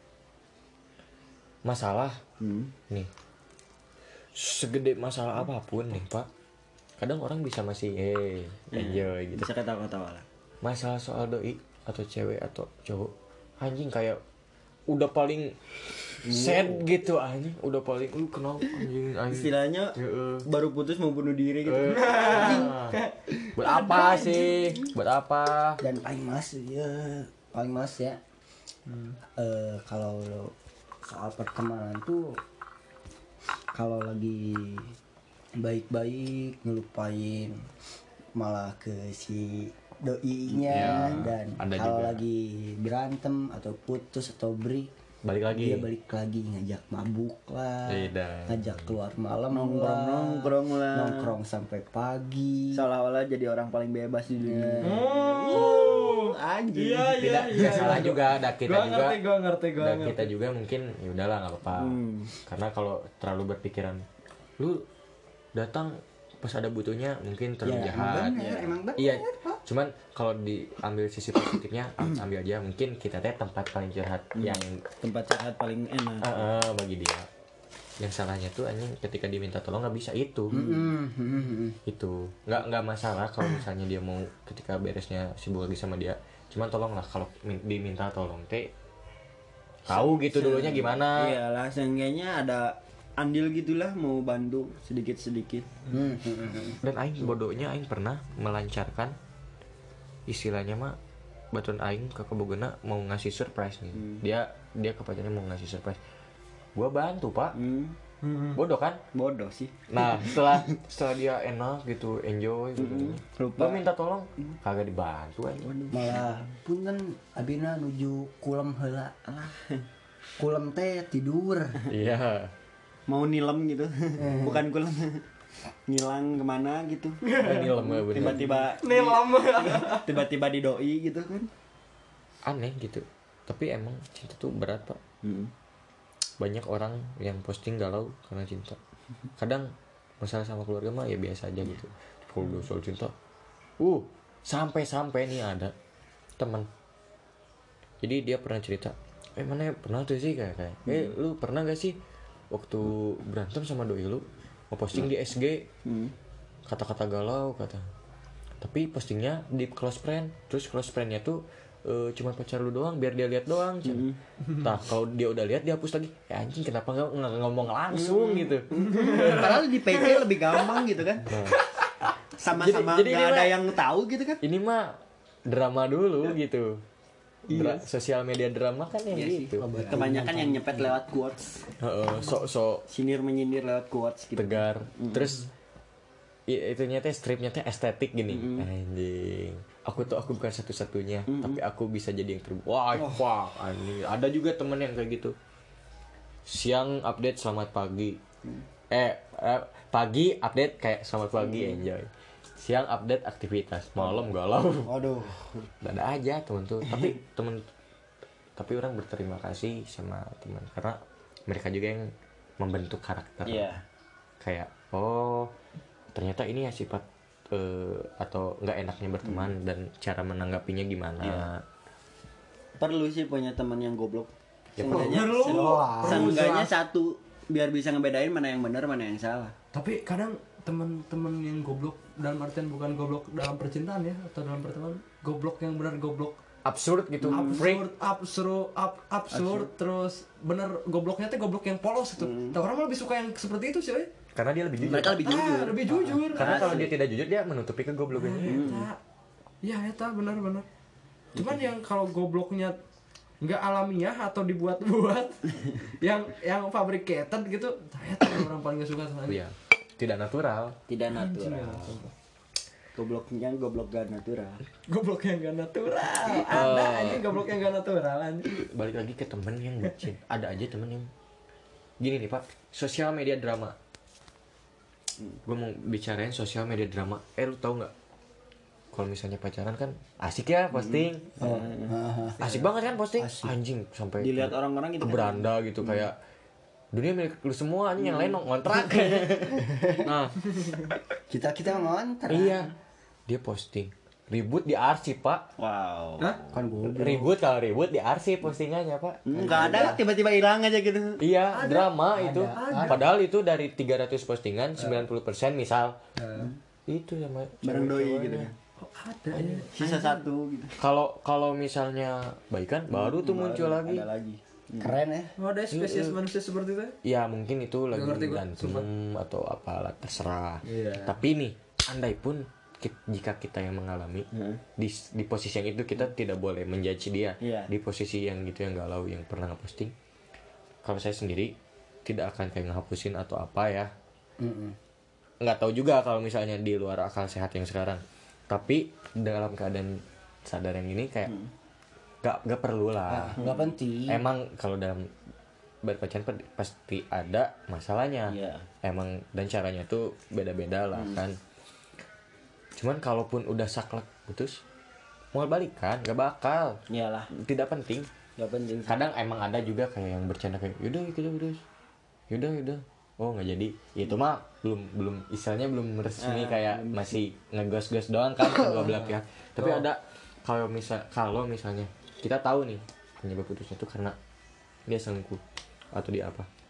Masalah nih. Segede masalah apapun nih, Pak. Kadang orang bisa masih enjoy gitu. Bisa ketawa-ketawa lah. Masalah soal doi atau cewek atau cowok, anjing kayak udah paling sad gitu anjing, udah paling lu kenal anjing. Istilahnya baru putus mau bunuh diri gitu. Buat apa sih? Buat apa? Dan paling males ya kalau soal pertemanan tuh, kalau lagi baik-baik ngelupain malah ke si doinya. Ya, dan ada kalau juga. lagi berantem atau putus atau break, Balik lagi. dia balik lagi ngajak mabuk lah, Beda. ngajak keluar malam Nongkrong lah. nongkrong sampai pagi. Seolah-olah jadi orang paling bebas di dunia. Anjing. Iya. Tidak salah juga, dan kita juga. Gua ngerti. Dan kita juga mungkin ya udahlah nggak apa-apa. Karena kalau terlalu berpikiran, lu datang pas ada butuhnya mungkin terlalu jahat. Emang bener, Iya. Cuman kalau diambil sisi positifnya, ambil aja mungkin kita teh tempat paling curhat yang Tempat curhat paling enak. bagi dia. yang salahnya tuh anjing ketika diminta tolong nggak bisa itu. Itu nggak masalah kalau misalnya dia mau ketika beresnya sibuk lagi sama dia, cuman tolonglah kalau diminta tolong teh tahu gitu dulunya gimana. Iyalah, seenggaknya ada andil gitulah, mau bantu sedikit-sedikit. Dan aing bodohnya aing pernah melancarkan istilahnya mah baturan aing ke kebogena mau ngasih surprise nih. Dia ke pacarnya mau ngasih surprise. Gua bantu, Pak. Bodoh kan? Bodoh sih. Nah, setelah dia enak gitu, enjoy gitu. Lupa. Gua minta tolong kagak dibantu aja. Malah punten abina nuju kulem heula lah. Kulem teh tidur. Iya. Mau nilem gitu. Bukan kulem. Ngilang kemana gitu. Ini lemah bener. Tiba-tiba tiba-tiba didoi gitu kan. Aneh gitu. Tapi emang cinta tuh berat, Pak. Banyak orang yang posting galau karena cinta. Kadang masalah sama keluarga mah ya biasa aja gitu. Kalau udah soal cinta, sampai nih ada teman. Jadi dia pernah cerita, mana pernah tuh sih kayak, lu pernah gak sih waktu berantem sama doi lu ngeposting di SG kata-kata galau kata. Tapi postingnya di close friend, terus close friendnya tuh cuma pacar lu doang biar dia lihat doang. Nah kalau dia udah lihat dia hapus lagi. Ya anjing kenapa nggak ngomong langsung gitu. Padahal di PC lebih gampang gitu kan. Sama-sama Jadi nggak ini ada mah- yang tahu gitu kan. Ini mah drama dulu gitu. Sosial media drama kan yang gitu. Kebanyakan yang nyepet lewat quotes. Sok Sinir menyindir lewat quotes gitu. tegar. Terus itunya teh stripnya teh estetik gini. Anjing. Aku bukan satu-satunya, tapi aku bisa jadi yang terbaik. Wah, fuck, anjing. Ada juga temen yang kayak gitu. Siang update selamat pagi. Pagi update kayak selamat pagi, enjoy. Siang update aktivitas, malam galau. Waduh. Ada aja temen tuh. Tapi orang berterima kasih sama teman karena mereka juga yang membentuk karakter. Iya. Kayak ternyata ini ya sifat atau nggak enaknya berteman dan cara menanggapinya gimana. Perlu sih punya teman yang goblok. Ya, Seenggaknya satu biar bisa ngebedain mana yang benar mana yang salah. Tapi kadang teman-teman yang goblok dalam artian bukan goblok dalam percintaan ya atau dalam pertemanan, goblok yang benar goblok absurd gitu, freak. absurd terus bener gobloknya teh goblok yang polos itu. Nah, orang mah lebih suka yang seperti itu sih, woy. Karena dia lebih jujur. Mereka lebih jujur. Lebih jujur. Karena kalau dia tidak jujur dia menutupi kegoblokannya. Eta benar. Cuman yang kalau gobloknya nggak alamiah atau dibuat-buat, yang fabricated gitu, saya orang paling gak suka sama dia. Iya. Tidak natural. Tidak natural. Gobloknya goblok gak natural. Goblok yang gak natural. Ada anjing goblok yang gak natural anjing. Balik lagi ke temen yang bucin. Ada aja temen yang gini nih, Pak. Sosial media drama. Gue mau bicarain sosial media drama. Lu tahu nggak? Kalau misalnya pacaran kan asik ya posting. Asik banget kan posting. Anjing sampai Dilihat orang-orang gitu ke beranda gitu kayak dunia milik lu semua anjing yang lain ngontrak. Nah, Kita ngontrak. iya. Dia posting ribut di arsip, Pak. Wow. Kan goblok. Ribut di arsip postingannya, Pak. Enggak ada, tiba-tiba hilang aja gitu. Iya, drama itu. Padahal itu dari 300 postingan 90% misal. Itu sama Bareng doi cewek-ceweknya. gitu kan. Ada ya. Sisa satu gitu. Kalau misalnya baikan baru tuh muncul lagi. Ada lagi. Keren ya. Oh, ada spesies manusia seperti itu? Ya mungkin itu lagi ngerti gua, gantung atau apalah terserah. Iya. Tapi nih, andai pun jika kita yang mengalami di posisi yang itu kita tidak boleh menjudge dia. Iya. Di posisi yang gitu yang galau yang pernah ngeposting. Kalau saya sendiri tidak akan kayak ngehapusin atau apa ya. Nggak tahu juga kalau misalnya di luar akal sehat yang sekarang. Tapi dalam keadaan sadar yang ini kayak nggak perlu lah. Nggak penting. Emang kalau dalam berpacaran pasti ada masalahnya. Iya. Emang dan caranya tuh beda-beda lah kan. Cuman kalaupun udah saklek putus mau balikan gak bakal. Iyalah, Tidak penting. enggak penting. Kadang emang ada juga kayak yang bercanda kayak yaudah kita putus. Yaudah. Oh nggak jadi. Itu mah belum istilahnya belum resmi kayak masih ngegos-gos doang kan kedua belah pihak. Tapi ada kalau misalnya kita tahu nih penyebab putusnya tuh karena dia selingkuh atau dia apa.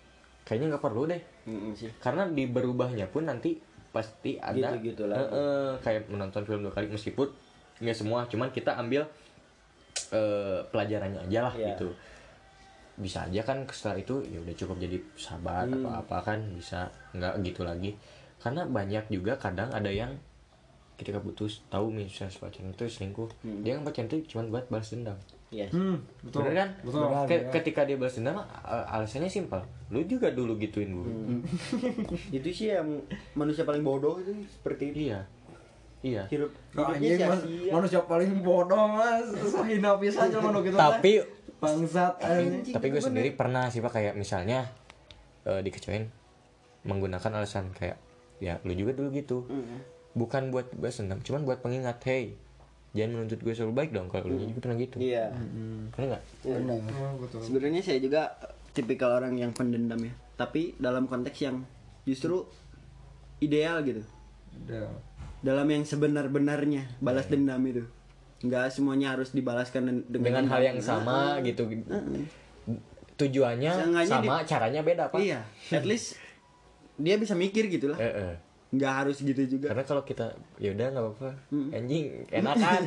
kayaknya nggak perlu deh. sih. Karena di berubahnya pun nanti pasti ada Gitu-gitu lah. kayak menonton film 2 kali, meskipun nggak semua, cuman kita ambil pelajarannya aja lah Iya. gitu. Bisa aja kan setelah itu ya udah cukup jadi sahabat atau apa kan, bisa nggak gitu lagi. Karena banyak juga kadang ada yang ketika putus tahu misalnya pacaran itu selingkuh, dia yang pacaran itu cuma buat balas dendam. Iya. Betul. Bener kan? Betul. Ketika dia balas dendam alasannya simpel, lu juga dulu gituin gue. Itu sih yang manusia paling bodoh itu seperti itu. Iya Hidupnya Anjing, sia-sia. manusia paling bodoh mas, sahina pisan aja manu gitu. tapi bangsat anjing. tapi gue sendiri pernah sih Pak, kayak misalnya dikecewain menggunakan alasan kayak ya lu juga dulu gitu, bukan buat balas dendam, cuman buat pengingat, hey jangan menuntut gue selalu baik dong kalau lu juga pernah gitu. Iya. Bener nggak? Benar. Oh, betul. Sebenarnya saya juga tipikal orang yang pendendam ya, tapi dalam konteks yang justru ideal gitu. Udah. Dalam yang sebenar-benarnya balas dendam itu. Nggak semuanya harus dibalaskan Dengan hal yang sama gitu. Tujuannya Seenggaknya sama, caranya beda Pak. Iya, at least dia bisa mikir gitu lah. Nggak harus gitu juga. Karena kalau kita ya udah nggak apa-apa, anjing enakan.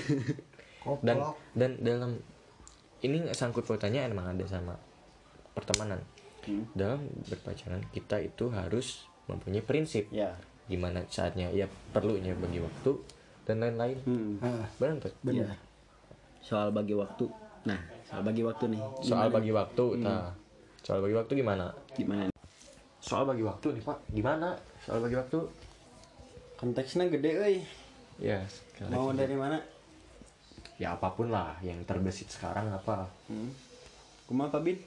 dan dalam ini sangkut pautannya emang ada sama pertemanan. Dalam berpacaran kita itu harus mempunyai prinsip. Ya. Gimana saatnya ya perlunya bagi waktu dan lain-lain. Benar tuh? Benar. Soal bagi waktu. Nah, soal bagi waktu nih. Soal bagi waktu, soal bagi waktu gimana? Gimana? Soal bagi waktu nih Pak, gimana? Soal bagi waktu? Konteksnya gede euy. Ya, sekali Mau lagi. dari mana? Ya apapun lah yang terbesit sekarang apa? Kumaha Pak Bin?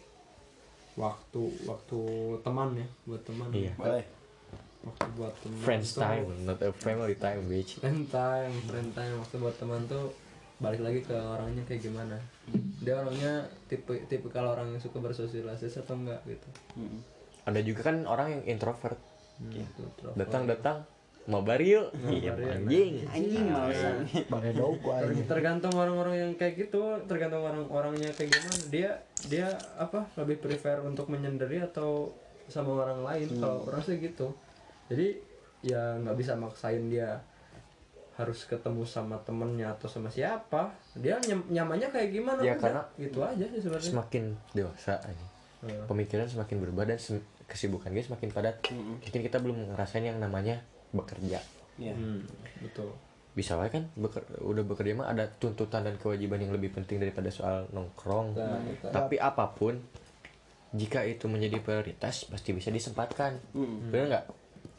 Waktu teman ya, buat teman. Iya. Boleh. Waktu buat teman. Friends tuh- time, not a family time, bitch. friend time waktu buat teman tuh balik lagi ke orangnya kayak gimana. Dia orangnya tipe kalau orang yang suka bersosialisasi atau enggak gitu. Ada juga kan orang yang introvert, Gitu, terus. datang mau baril, iya anjing. Anjing males. Pakai dogo aja. Tergantung orang-orang yang kayak gitu, tergantung orang-orangnya kayak gimana. Dia apa lebih prefer untuk menyendiri atau sama orang lain. Kalau orang sih gitu. Jadi ya nggak bisa maksain dia harus ketemu sama temennya atau sama siapa. Dia nyamannya kayak gimana? Ya, udah. karena gitu aja sih sebenarnya. Semakin dewasa aja, pemikiran semakin berubah dan kesibukan dia semakin padat. Mungkin kita belum ngerasain yang namanya bekerja. Iya. Betul. Bisa wae kan udah bekerja mah ada tuntutan dan kewajiban yang lebih penting daripada soal nongkrong. Tapi apapun jika itu menjadi prioritas pasti bisa disempatkan. Benar nggak?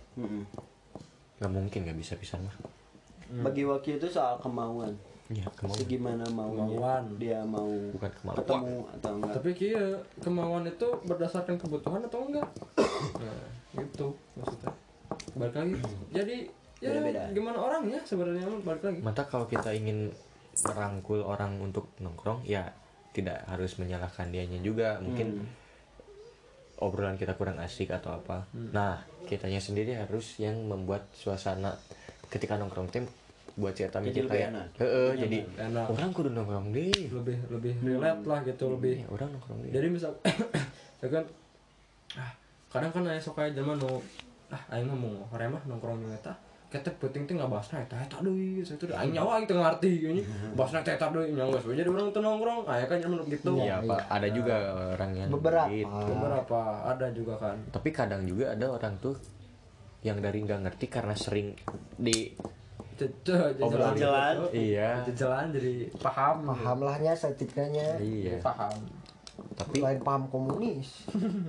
Nggak mungkin nggak bisa mah. Bagi waktu itu soal kemauan. Iya, kemauan. Segimana maunya Kemauan. dia mau Bukan kemauan. ketemu atau enggak. Tapi kia kemauan itu berdasarkan kebutuhan atau enggak? Nah, itu maksudnya. Balik lagi. Jadi ya Beda-beda. gimana orangnya sebenarnya balik lagi. Maka kalau kita ingin merangkul orang untuk nongkrong ya tidak harus menyalahkan dianya juga. Mungkin obrolan kita kurang asik atau apa. Nah, kitanya sendiri harus yang membuat suasana ketika nongkrong tim buat cerita Jadi mikir lebih kayak enak. jadi Enak. orang kudu nongkrong deh. Lebih relate lah gitu, lebih. Ya, orang nongkrong deh. Jadi misal ya kan kadang kan aya sok aya jelema nu aing ngomong hore mah nongkrong jeung eta ketek penting teh ngabasna eta deui saya teh aing nyawa aing teu ngarti gini basna teh eta deui nya geus jadi urang teu nongkrong aya kan jelema nu gitu. Iya, Pak. Ada juga orang yang Beberapa. gitu. Beberapa ada juga kan. Tapi kadang juga ada orang tuh yang dari nggak ngerti karena sering di Jalan iya. jalan jadi paham. Paham lahnya setidaknya. Iya. Paham. Tapi Lain paham komunis.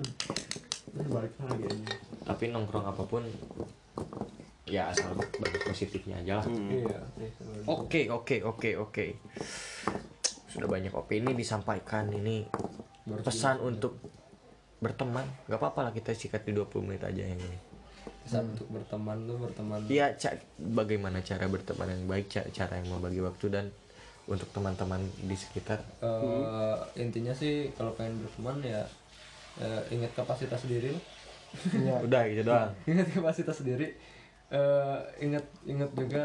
Balik lagi ini. tapi nongkrong apapun ya asal banyak positifnya aja lah. Iya. Oke. Sudah banyak opini disampaikan ini. Pesan untuk berteman, nggak apa-apa lah kita sikat di 20 menit aja yang ini. Pesan untuk berteman tuh berteman. Iya, bagaimana cara berteman yang baik, cara yang membagi waktu dan untuk teman-teman di sekitar. Intinya sih kalau pengen berteman ya ingat kapasitas diri lah. Udah gitu doang. Ingat kapasitas diri. Ingat juga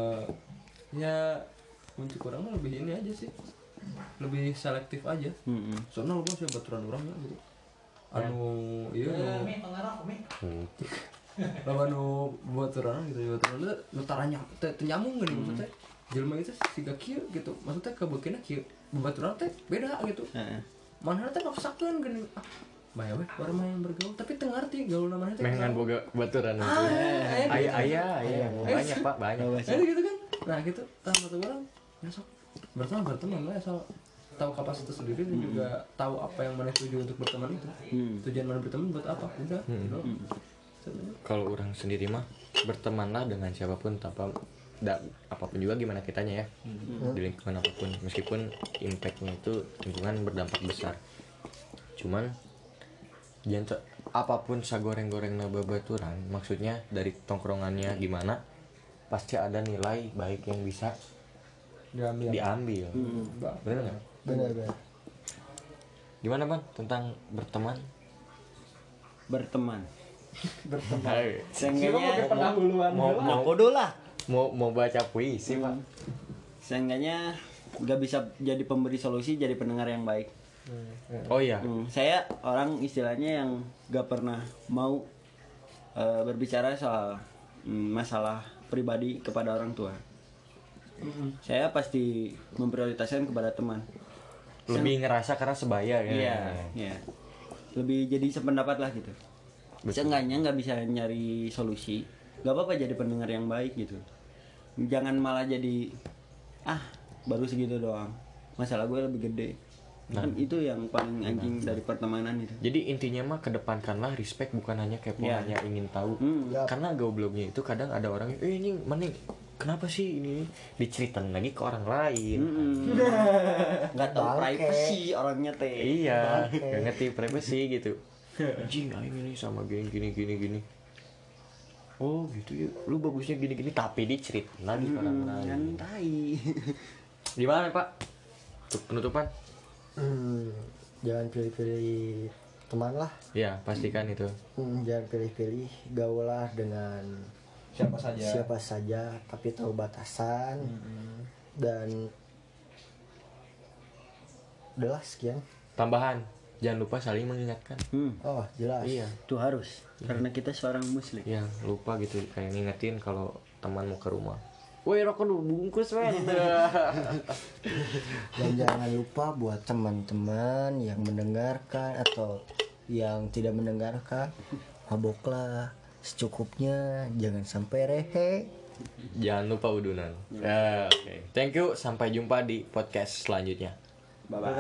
ya untuk orang mah lebih ini aja sih, lebih selektif aja. Soalnya lu sih baturan orang ya gitu. Anu iya nu lawan nu baturan gitu baturan nu taranya teh nyambung gini maksudnya jelema itu siga kieu gitu maksudnya kabeukeuna kieu baturan teh beda gitu mana teh maksakeun gini bae we orang main bergaul tapi teu ngarti gaulna mana teh Mengan boga baturan itu. Aya banyak Pak, banyak. gitu kan nah gitu batu orang ya sok berteman lah asal tahu kapasitas sendiri dan juga tahu apa yang mana tuju untuk berteman itu tujuan mana berteman buat apa udah gitu. Kalau orang sendiri mah bertemanlah dengan siapapun tanpa apapun juga gimana kitanya ya di lingkungan apapun meskipun impactnya itu lingkungan berdampak besar cuman jangan apapun sagoreng-goreng babaturan maksudnya dari tongkrongannya gimana pasti ada nilai baik yang bisa diambil. Bener nggak? Benar. Gimana Bang tentang berteman? Seenggaknya mau kudu lah. mau baca puisi Pak. Seenggaknya nggak bisa jadi pemberi solusi, jadi pendengar yang baik. Oh iya. Saya orang istilahnya yang nggak pernah mau berbicara soal masalah pribadi kepada orang tua. Saya pasti memprioritaskan kepada teman. Lebih ngerasa karena sebaya ya. Iya. Lebih jadi sependapat lah gitu. Seenggaknya nggak bisa nyari solusi, nggak apa-apa jadi pendengar yang baik gitu. Jangan malah jadi baru segitu doang. Masalah gue lebih gede. Kan itu yang paling anjing dari pertemanan itu. Jadi intinya mah kedepankanlah respect bukan hanya kepo hanya ingin tahu. Karena gobloknya itu kadang ada orang ini mana kenapa sih ini diceritain lagi ke orang lain. Nggak tahu privacy orangnya teh. Iya, nggak ngerti privacy gitu. Anjing aing ini sama gini. Oh gitu ya, lu bagusnya gini tapi diceritain lagi ke orang lain. Nyantai. Gimana Pak? Untuk penutupan? Jangan pilih-pilih teman lah. Ya pastikan itu. Jangan pilih-pilih, gaulah dengan siapa saja tapi tahu batasan. Dan udahlah sekian. Tambahan, jangan lupa saling mengingatkan. Oh jelas. Iya. Itu harus karena kita seorang muslim. Ya lupa gitu kayak ngingetin kalau teman mau ke rumah. Woi rokok lu bungkus men. Dan jangan lupa buat teman-teman yang mendengarkan atau yang tidak mendengarkan, maboklah secukupnya, jangan sampai rehe. Jangan lupa udunan. Oke. Thank you, sampai jumpa di podcast selanjutnya. Bye bye.